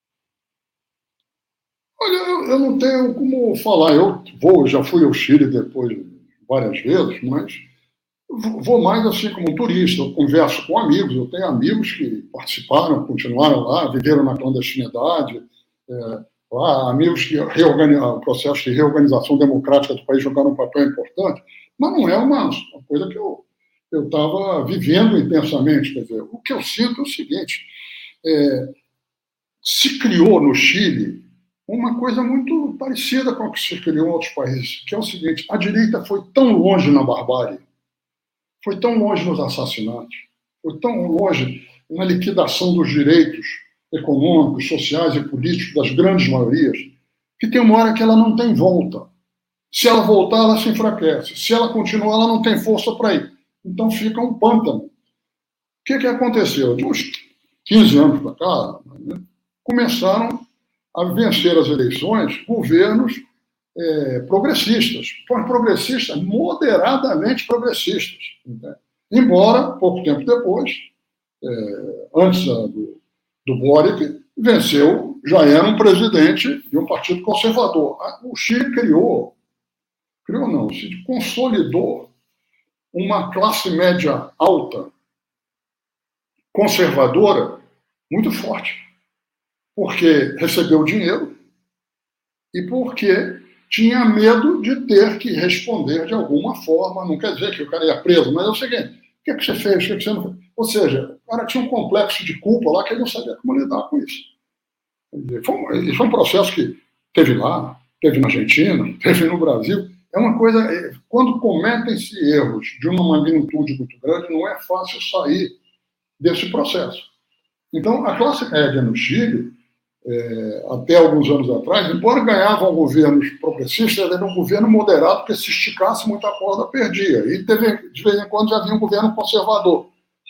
Olha, eu, eu não tenho como falar. Eu vou, já fui ao Chile depois várias vezes, mas vou mais assim como um turista. Eu converso com amigos, eu tenho amigos que participaram, continuaram lá, viveram na clandestinidade, é, lá, amigos que reorganizaram, o processo de reorganização democrática do país jogaram um papel importante, mas não é uma, uma coisa que eu eu estava vivendo intensamente. Quer dizer, o que eu sinto é o seguinte, é, se criou no Chile uma coisa muito parecida com o que se criou em outros países, que é o seguinte, a direita foi tão longe na barbárie, foi tão longe nos assassinatos, foi tão longe na liquidação dos direitos econômicos, sociais e políticos das grandes maiorias, que tem uma hora que ela não tem volta. Se ela voltar, ela se enfraquece. Se ela continuar, ela não tem força para ir. Então fica um pântano. O que, que aconteceu? De uns quinze anos para cá, né, começaram a vencer as eleições governos é, progressistas, progressistas, moderadamente progressistas. Né? Embora, pouco tempo depois, é, antes do, do Boric, venceu, já era um presidente de um partido conservador. O Chile criou, criou não, se consolidou uma classe média alta, conservadora, muito forte. Porque recebeu dinheiro e porque tinha medo de ter que responder de alguma forma. Não quer dizer que o cara ia preso, mas é o seguinte, o que, é que você fez, o que, é que você não fez? Ou seja, o cara tinha um complexo de culpa lá que ele não sabia como lidar com isso. Foi um, isso foi um processo que teve lá, teve na Argentina, teve no Brasil. É uma coisa, quando cometem-se erros de uma magnitude muito grande, não é fácil sair desse processo. Então, a classe média no Chile, é, até alguns anos atrás, embora ganhavam governos progressistas, era um governo moderado, porque se esticasse muito a corda, perdia. E teve, de vez em quando já havia um governo conservador.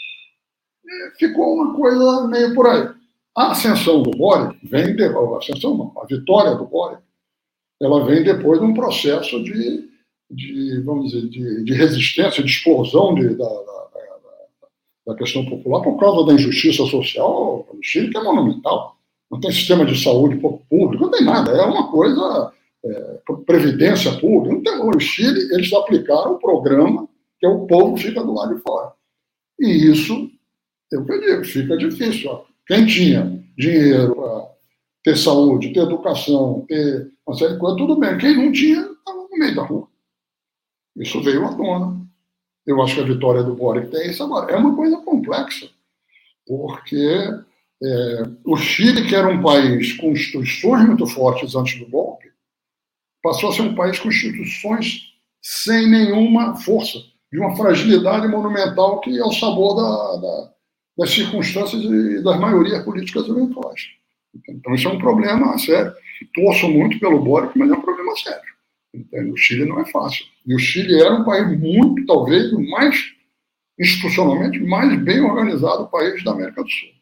E ficou uma coisa meio por aí. A ascensão do Boric vem depois, a ascensão não, a vitória do Boric, ela vem depois de um processo de, de vamos dizer, de, de resistência, de explosão de, da, da, da, da questão popular por causa da injustiça social no Chile, que é monumental. Não tem sistema de saúde público, não tem nada. É uma coisa, é, previdência pública. Não tem, no Chile, eles aplicaram o programa que é o povo fica do lado de fora. E isso, eu digo, fica difícil. Ó. Quem tinha dinheiro para ter saúde, ter educação, ter uma série de coisas, tudo bem. Quem não tinha, estava no meio da rua. Isso veio à tona. Eu acho que a vitória do Boric tem isso agora. É uma coisa complexa, porque é, o Chile, que era um país com instituições muito fortes antes do golpe, passou a ser um país com instituições sem nenhuma força, de uma fragilidade monumental que é o sabor da, da, das circunstâncias e das maiorias políticas eventuais. Então, isso é um problema sério. Torço muito pelo Boric, mas é um problema sério. Entende? O Chile não é fácil. E o Chile era um país muito, talvez, o mais, institucionalmente, mais bem organizado país da América do Sul.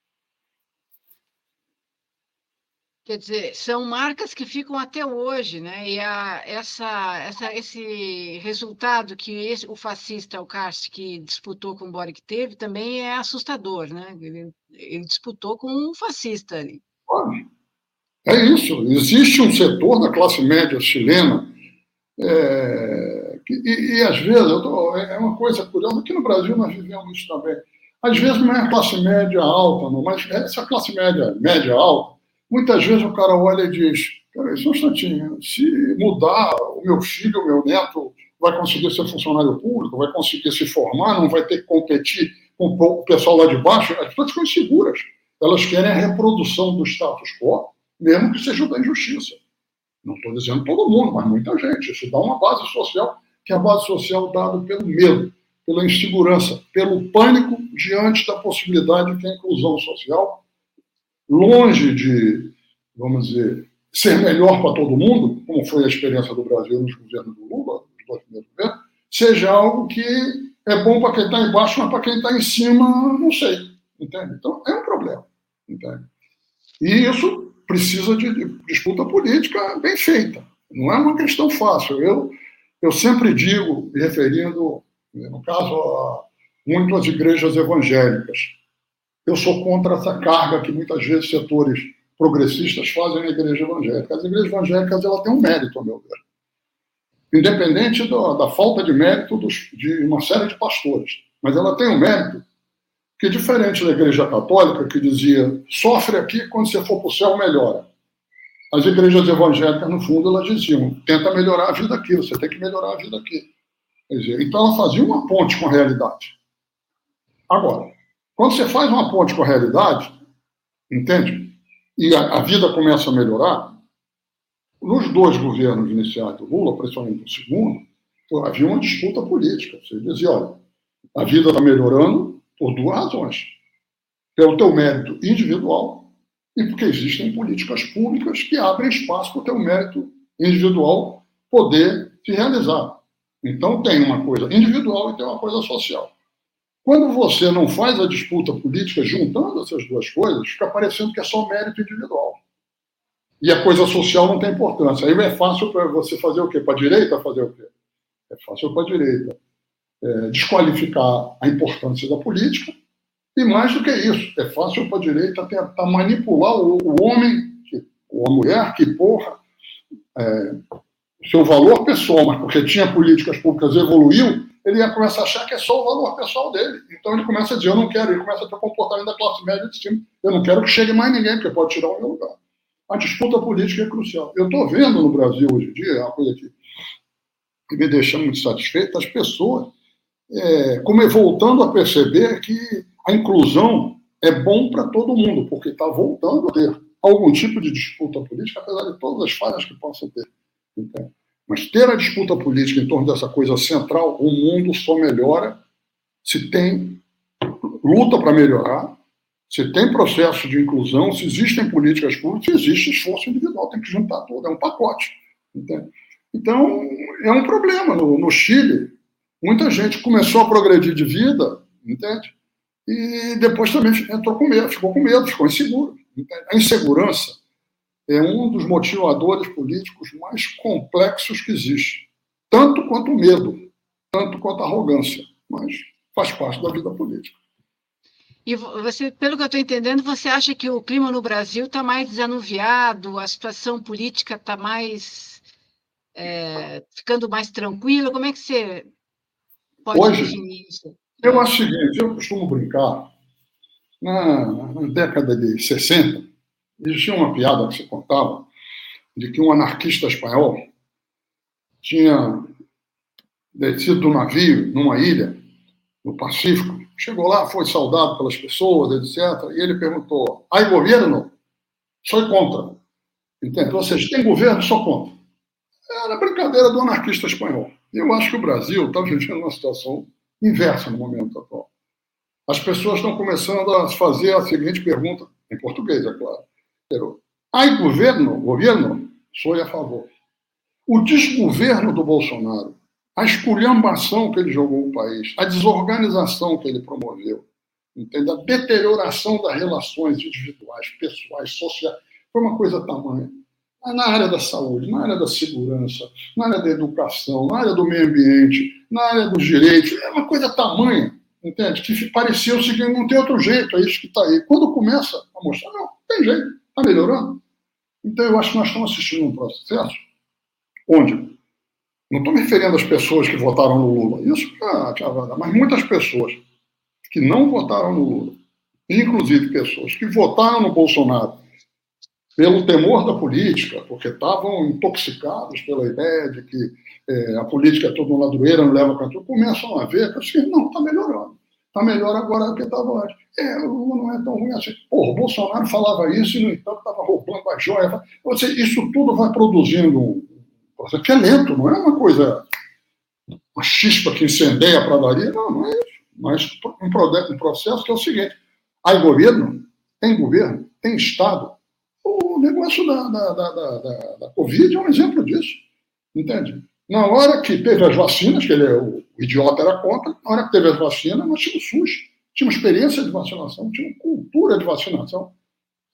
Quer dizer, são marcas que ficam até hoje, né? E a, essa, essa, esse resultado que esse, o fascista Alcácer, que disputou com o Boric, teve, também é assustador, né? Ele, ele disputou com um fascista ali. É isso. Existe um setor da classe média chilena é, que, e, e, às vezes, eu tô, é uma coisa curiosa, aqui no Brasil nós vivemos isso também. Às vezes não é a classe média alta, não, mas essa classe média, média alta, muitas vezes o cara olha e diz, peraí, só um instantinho, se mudar, o meu filho, o meu neto vai conseguir ser funcionário público, vai conseguir se formar, não vai ter que competir com o pessoal lá de baixo, as pessoas ficam inseguras. Elas querem a reprodução do status quo, mesmo que seja da injustiça. Não estou dizendo todo mundo, mas muita gente. Isso dá uma base social, que é a base social dada pelo medo, pela insegurança, pelo pânico diante da possibilidade de que a inclusão social, longe de, vamos dizer, ser melhor para todo mundo, como foi a experiência do Brasil nos governos do Lula, nos dois primeiros governos, seja algo que é bom para quem está embaixo, mas para quem está em cima, não sei. Entende? Então, é um problema. Entende? E isso precisa de disputa política bem feita. Não é uma questão fácil. Eu, eu sempre digo, me referindo, no caso, a, muito às igrejas evangélicas, eu sou contra essa carga que muitas vezes setores progressistas fazem na igreja evangélica. As igrejas evangélicas ela têm um mérito, a meu ver. Independente do, da falta de mérito dos, de uma série de pastores. Mas ela tem um mérito que, diferente da igreja católica, que dizia, sofre aqui, quando você for para o céu, melhora. As igrejas evangélicas, no fundo, elas diziam, tenta melhorar a vida aqui, você tem que melhorar a vida aqui. Quer dizer, então, ela fazia uma ponte com a realidade. Agora, quando você faz uma ponte com a realidade, entende? E a, a vida começa a melhorar, nos dois governos iniciais do Lula, principalmente no segundo, havia uma disputa política. Você dizia, olha, a vida está melhorando por duas razões. Pelo teu mérito individual e porque existem políticas públicas que abrem espaço para o teu mérito individual poder se realizar. Então, tem uma coisa individual e tem uma coisa social. Quando você não faz a disputa política juntando essas duas coisas, fica parecendo que é só mérito individual. E a coisa social não tem importância. Aí é fácil para você fazer o quê? Para a direita fazer o quê? É fácil para a direita é, desqualificar a importância da política. E mais do que isso, é fácil para a direita tentar manipular o, o homem, que, ou a mulher, que, porra, é, seu valor pessoal, mas porque tinha políticas públicas evoluiu, ele ia começar a achar que é só o valor pessoal dele. Então ele começa a dizer, eu não quero, ele começa a ter o comportamento da classe média de cima, eu não quero que chegue mais ninguém, porque pode tirar o meu lugar. A disputa política é crucial. Eu estou vendo no Brasil hoje em dia, é uma coisa que, que me deixa muito satisfeito, as pessoas é, como é, voltando a perceber que a inclusão é bom para todo mundo, porque está voltando a ter algum tipo de disputa política, apesar de todas as falhas que possam ter. Então, mas ter a disputa política em torno dessa coisa central, o mundo só melhora se tem luta para melhorar, se tem processo de inclusão, se existem políticas públicas, se existe esforço individual, tem que juntar tudo, é um pacote. Entende? Então, é um problema. No, no Chile, muita gente começou a progredir de vida, entende? E depois também entrou com medo, ficou com medo, ficou inseguro. Entende? A insegurança é um dos motivadores políticos mais complexos que existe. Tanto quanto o medo, tanto quanto a arrogância, mas faz parte da vida política. E você, pelo que eu estou entendendo, você acha que o clima no Brasil está mais desanuviado, a situação política está mais é, ficando mais tranquila? Como é que você pode Hoje, definir isso? Eu acho o seguinte, eu costumo brincar, na, na década de sessenta, existia uma piada que se contava de que um anarquista espanhol tinha descido do navio numa ilha, no Pacífico, chegou lá, foi saudado pelas pessoas, etcétera, e ele perguntou, há governo? Sou contra. Entende? Vocês têm governo? Sou contra. Era a brincadeira do anarquista espanhol. Eu acho que o Brasil está vivendo uma situação inversa no momento atual. As pessoas estão começando a fazer a seguinte pergunta, em português, é claro. Há governo? Governo? Sou a favor. O desgoverno do Bolsonaro, a esculhambação que ele jogou no país, a desorganização que ele promoveu, entende? A deterioração das relações individuais, pessoais, sociais, foi uma coisa tamanha. Na área da saúde, na área da segurança, na área da educação, na área do meio ambiente, na área dos direitos, é uma coisa tamanha, entende? Que parecia o seguinte, não tem outro jeito, é isso que está aí. Quando começa a mostrar, não, tem jeito, está melhorando. Então, eu acho que nós estamos assistindo um processo onde não estou me referindo às pessoas que votaram no Lula, isso, ah, mas muitas pessoas que não votaram no Lula, inclusive pessoas que votaram no Bolsonaro pelo temor da política, porque estavam intoxicados pela ideia de que é, a política é toda uma ladroeira, não leva para tudo, começam a ver que assim, não, está melhorando. Está melhor agora do que estava antes. É, o Lula não é tão ruim assim. Pô, o Bolsonaro falava isso e, no entanto, estava roubando a joia. Ou seja, isso tudo vai produzindo um processo que é lento, não é uma coisa, uma chispa que incendeia a pradaria, não, não é isso. Mas um, um processo que é o seguinte, há governo, tem governo, tem Estado. O negócio da, da, da, da, da Covid é um exemplo disso, entende? Na hora que teve as vacinas, que ele, o idiota era contra, na hora que teve as vacinas, nós tínhamos SUS, tínhamos experiência de vacinação, tínhamos cultura de vacinação.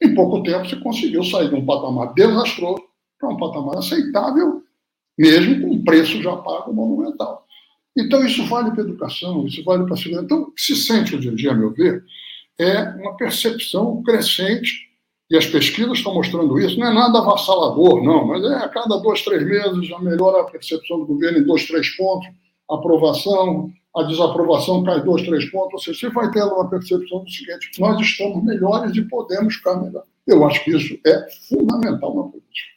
em pouco tempo você conseguiu sair de um patamar desastroso para um patamar aceitável, mesmo com um preço já pago monumental. Então, isso vale para a educação, isso vale para a segurança. Então, o que se sente hoje em dia, a meu ver, é uma percepção crescente, e as pesquisas estão mostrando isso, não é nada avassalador, não, mas é a cada dois, três meses já melhora a percepção do governo em dois, três pontos, a aprovação, a desaprovação cai dois, três pontos, ou seja, você vai tendo uma percepção do seguinte, nós estamos melhores e podemos ficar melhor. Eu acho que isso é fundamental na política.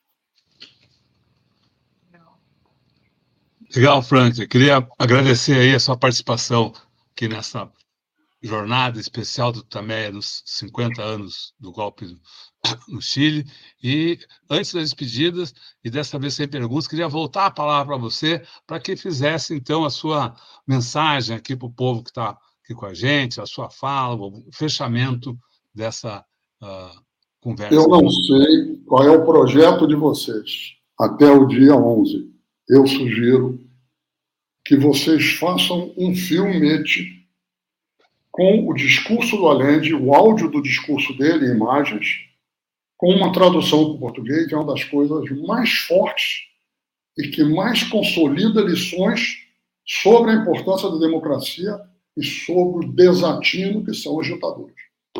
Legal, Frank. Eu queria agradecer aí a sua participação aqui nessa jornada especial do Tutameia nos cinquenta anos do golpe no Chile. E antes das despedidas, e dessa vez sem perguntas, queria voltar a palavra para você para que fizesse, então, a sua mensagem aqui para o povo que está aqui com a gente, a sua fala, o fechamento dessa uh, conversa. Eu não sei qual é o projeto de vocês até o dia onze. Eu sugiro que vocês façam um filmete com o discurso do Allende, o áudio do discurso dele, imagens, com uma tradução para o português, é uma das coisas mais fortes e que mais consolida lições sobre a importância da democracia e sobre o desatino que são os ditadores.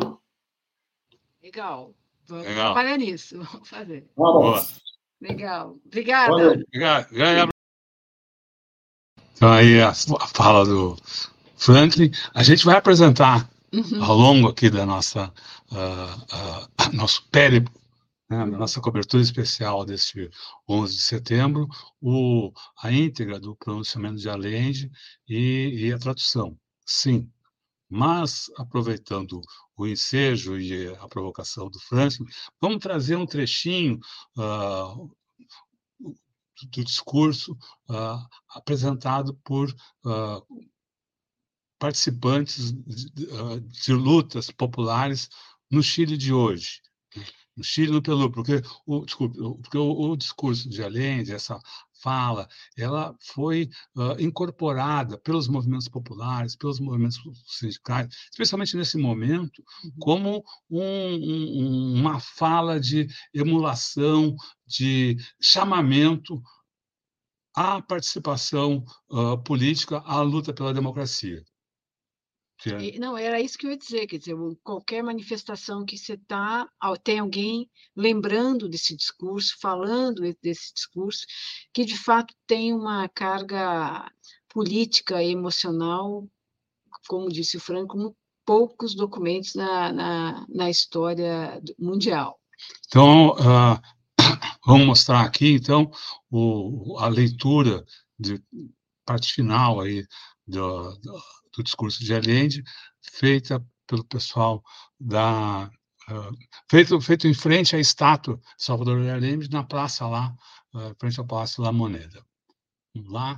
Legal. Vamos Legal. trabalhar nisso. Vamos fazer. Boa. Legal. Obrigada. Obrigado. Então, aí a, a fala do Franklin. A gente vai apresentar uhum. ao longo aqui da nossa uh, uh, nosso périplo, né, da nossa cobertura especial deste onze de setembro, o, a íntegra do pronunciamento de Allende e, e a tradução. Sim, mas aproveitando o ensejo e a provocação do Franklin, vamos trazer um trechinho uh, do discurso uh, apresentado por uh, participantes de, uh, de lutas populares no Chile de hoje. No Chile e no Peru, porque, o, desculpe, porque o, o discurso de Allende, essa fala, ela foi uh, incorporada pelos movimentos populares, pelos movimentos sindicais, especialmente nesse momento, uhum. como um, um, uma fala de emulação, de chamamento à participação uh, política, à luta pela democracia. E, não, era isso que eu ia dizer, quer dizer, qualquer manifestação que você está, tem alguém lembrando desse discurso, falando desse discurso, que de fato tem uma carga política e emocional, como disse o Franco, como poucos documentos na, na, na história mundial. Então, uh, vamos mostrar aqui, então, o, a leitura de parte final aí do, do do discurso de Allende, feita pelo pessoal da... Uh, feito, feito em frente à estátua de Salvador Allende, na praça lá, uh, frente ao Palácio La Moneda. Vamos lá.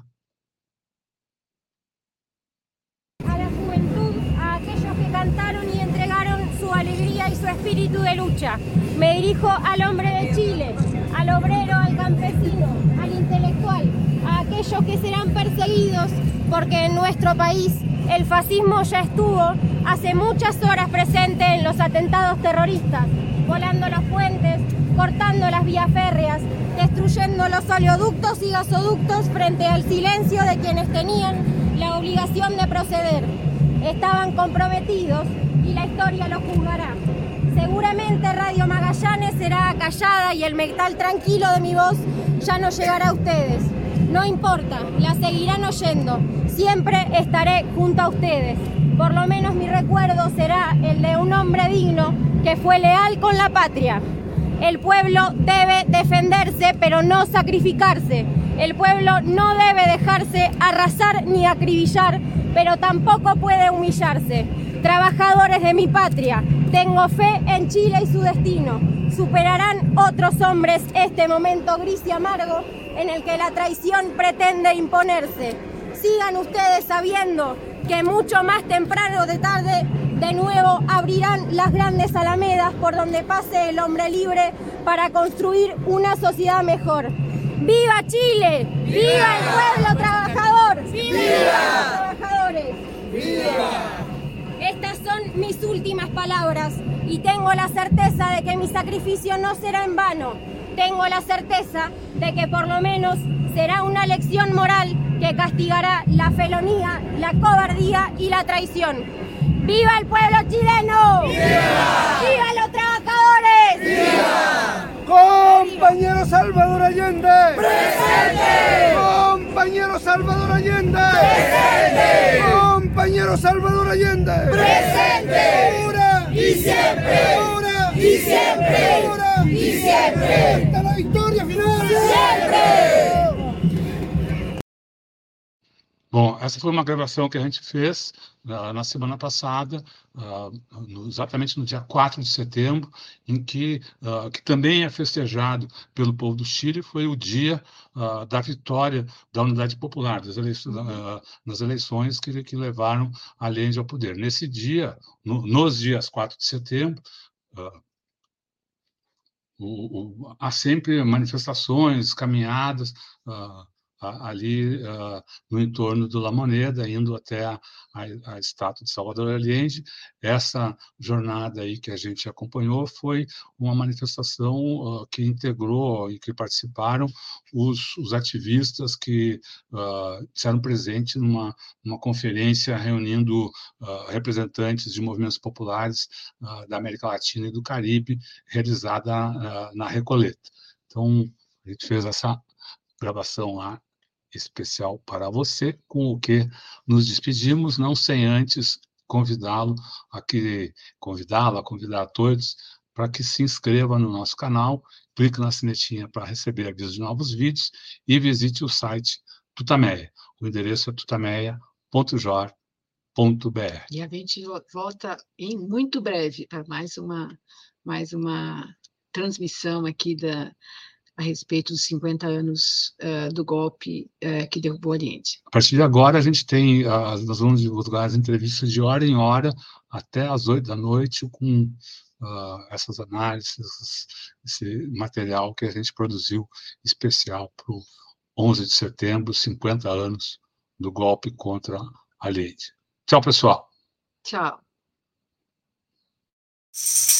A la juventud, a aquellos que cantaron y entregaron su alegría y su espíritu de lucha. Me dirijo al hombre de Chile, al obrero, al campesino, al intelectual, a aquellos que serán perseguidos porque en nuestro país el fascismo ya estuvo hace muchas horas presente en los atentados terroristas, volando los puentes, cortando las vías férreas, destruyendo los oleoductos y gasoductos frente al silencio de quienes tenían la obligación de proceder. Estaban comprometidos y la historia los juzgará. Seguramente Radio Magallanes será acallada y el metal tranquilo de mi voz ya no llegará a ustedes. No importa, la seguirán oyendo. Siempre estaré junto a ustedes. Por lo menos mi recuerdo será el de un hombre digno que fue leal con la patria. El pueblo debe defenderse, pero no sacrificarse. El pueblo no debe dejarse arrasar ni acribillar, pero tampoco puede humillarse. Trabajadores de mi patria, tengo fe en Chile y su destino. Superarán otros hombres este momento gris y amargo en el que la traición pretende imponerse. Sigan ustedes sabiendo que mucho más temprano o de tarde de nuevo abrirán las grandes alamedas por donde pase el hombre libre para construir una sociedad mejor. ¡Viva Chile! ¡Viva, ¡Viva el pueblo trabajador! ¡Viva, ¡Viva los trabajadores! ¡Viva! Estas son mis últimas palabras y tengo la certeza de que mi sacrificio no será en vano. Tengo la certeza de que por lo menos será una lección moral que castigará la felonía, la cobardía y la traición. ¡Viva el pueblo chileno! ¡Viva! ¡Viva los trabajadores! ¡Viva! ¡Compañero Salvador Allende! ¡Presente! ¡Compañero Salvador Allende! ¡Presente! ¡Compañero Salvador Allende! ¡Presente! ¡Ahora! ¡Y siempre! ¡Ahora! ¡Y siempre! ¡Ahora! ¡Y siempre! ¡Hasta la victoria final! ¡Siempre! Bom, essa foi uma gravação que a gente fez uh, na semana passada, uh, no, exatamente no dia quatro de setembro, em que, uh, que também é festejado pelo povo do Chile, foi o dia uh, da vitória da Unidade Popular, das eleições, uh, nas eleições que, que levaram Allende ao poder. Nesse dia, no, nos dias quatro de setembro, uh, o, o, há sempre manifestações, caminhadas, uh, ali uh, no entorno do La Moneda, indo até a, a, a estátua de Salvador Allende. Essa jornada aí que a gente acompanhou foi uma manifestação uh, que integrou e que participaram os, os ativistas que uh, estiveram presentes numa, numa conferência reunindo uh, representantes de movimentos populares uh, da América Latina e do Caribe, realizada uh, na Recoleta. Então, a gente fez essa gravação lá especial para você, com o que nos despedimos, não sem antes convidá-lo a que convidá-la, convidar a todos para que se inscreva no nosso canal, clique na sinetinha para receber avisos de novos vídeos e visite o site Tutameia. O endereço é tutameia ponto jor ponto br. E a gente volta em muito breve para mais uma mais uma transmissão aqui da a respeito dos cinquenta anos uh, do golpe uh, que derrubou o Allende. A partir de agora, a gente tem, uh, nós vamos divulgar as entrevistas de hora em hora, até às oito da noite, com uh, essas análises, esse material que a gente produziu especial para o onze de setembro, cinquenta anos do golpe contra Allende. Tchau, pessoal. Tchau.